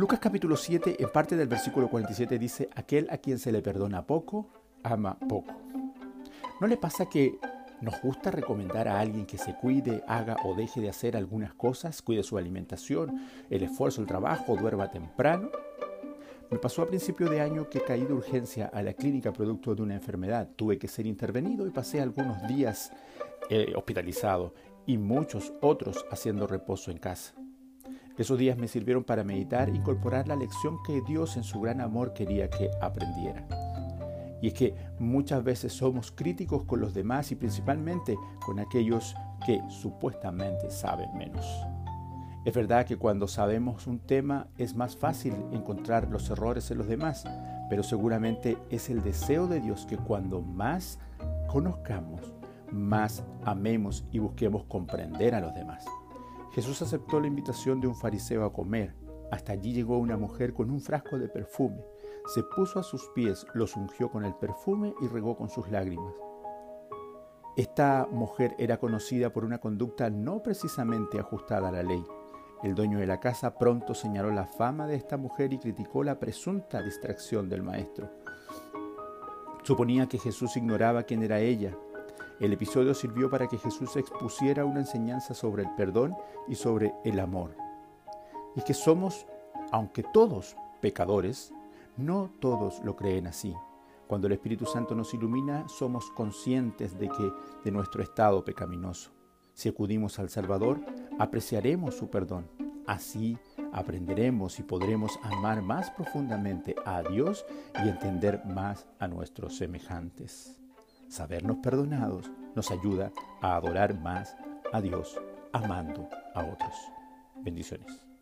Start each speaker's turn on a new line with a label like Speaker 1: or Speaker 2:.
Speaker 1: Lucas capítulo 7, en parte del versículo 47 dice: aquel a quien se le perdona poco, ama poco. ¿No le pasa que nos gusta recomendar a alguien que se cuide, haga o deje de hacer algunas cosas, cuide su alimentación, el esfuerzo, el trabajo, duerma temprano? Me pasó a principio de año que caí de urgencia a la clínica producto de una enfermedad. Tuve que ser intervenido y pasé algunos días hospitalizado y muchos otros haciendo reposo en casa. Esos días me sirvieron para meditar e incorporar la lección que Dios en su gran amor quería que aprendiera. Y es que muchas veces somos críticos con los demás y principalmente con aquellos que supuestamente saben menos. Es verdad que cuando sabemos un tema es más fácil encontrar los errores en los demás, pero seguramente es el deseo de Dios que cuando más conozcamos, más amemos y busquemos comprender a los demás. Jesús aceptó la invitación de un fariseo a comer. Hasta allí llegó una mujer con un frasco de perfume. Se puso a sus pies, los ungió con el perfume y regó con sus lágrimas. Esta mujer era conocida por una conducta no precisamente ajustada a la ley. El dueño de la casa pronto señaló la fama de esta mujer y criticó la presunta distracción del maestro. Suponía que Jesús ignoraba quién era ella. El episodio sirvió para que Jesús expusiera una enseñanza sobre el perdón y sobre el amor. Y que somos, aunque todos pecadores, no todos lo creen así. Cuando el Espíritu Santo nos ilumina, somos conscientes de nuestro estado pecaminoso. Si acudimos al Salvador, apreciaremos su perdón. Así aprenderemos y podremos amar más profundamente a Dios y entender más a nuestros semejantes. Sabernos perdonados nos ayuda a adorar más a Dios, amando a otros. Bendiciones.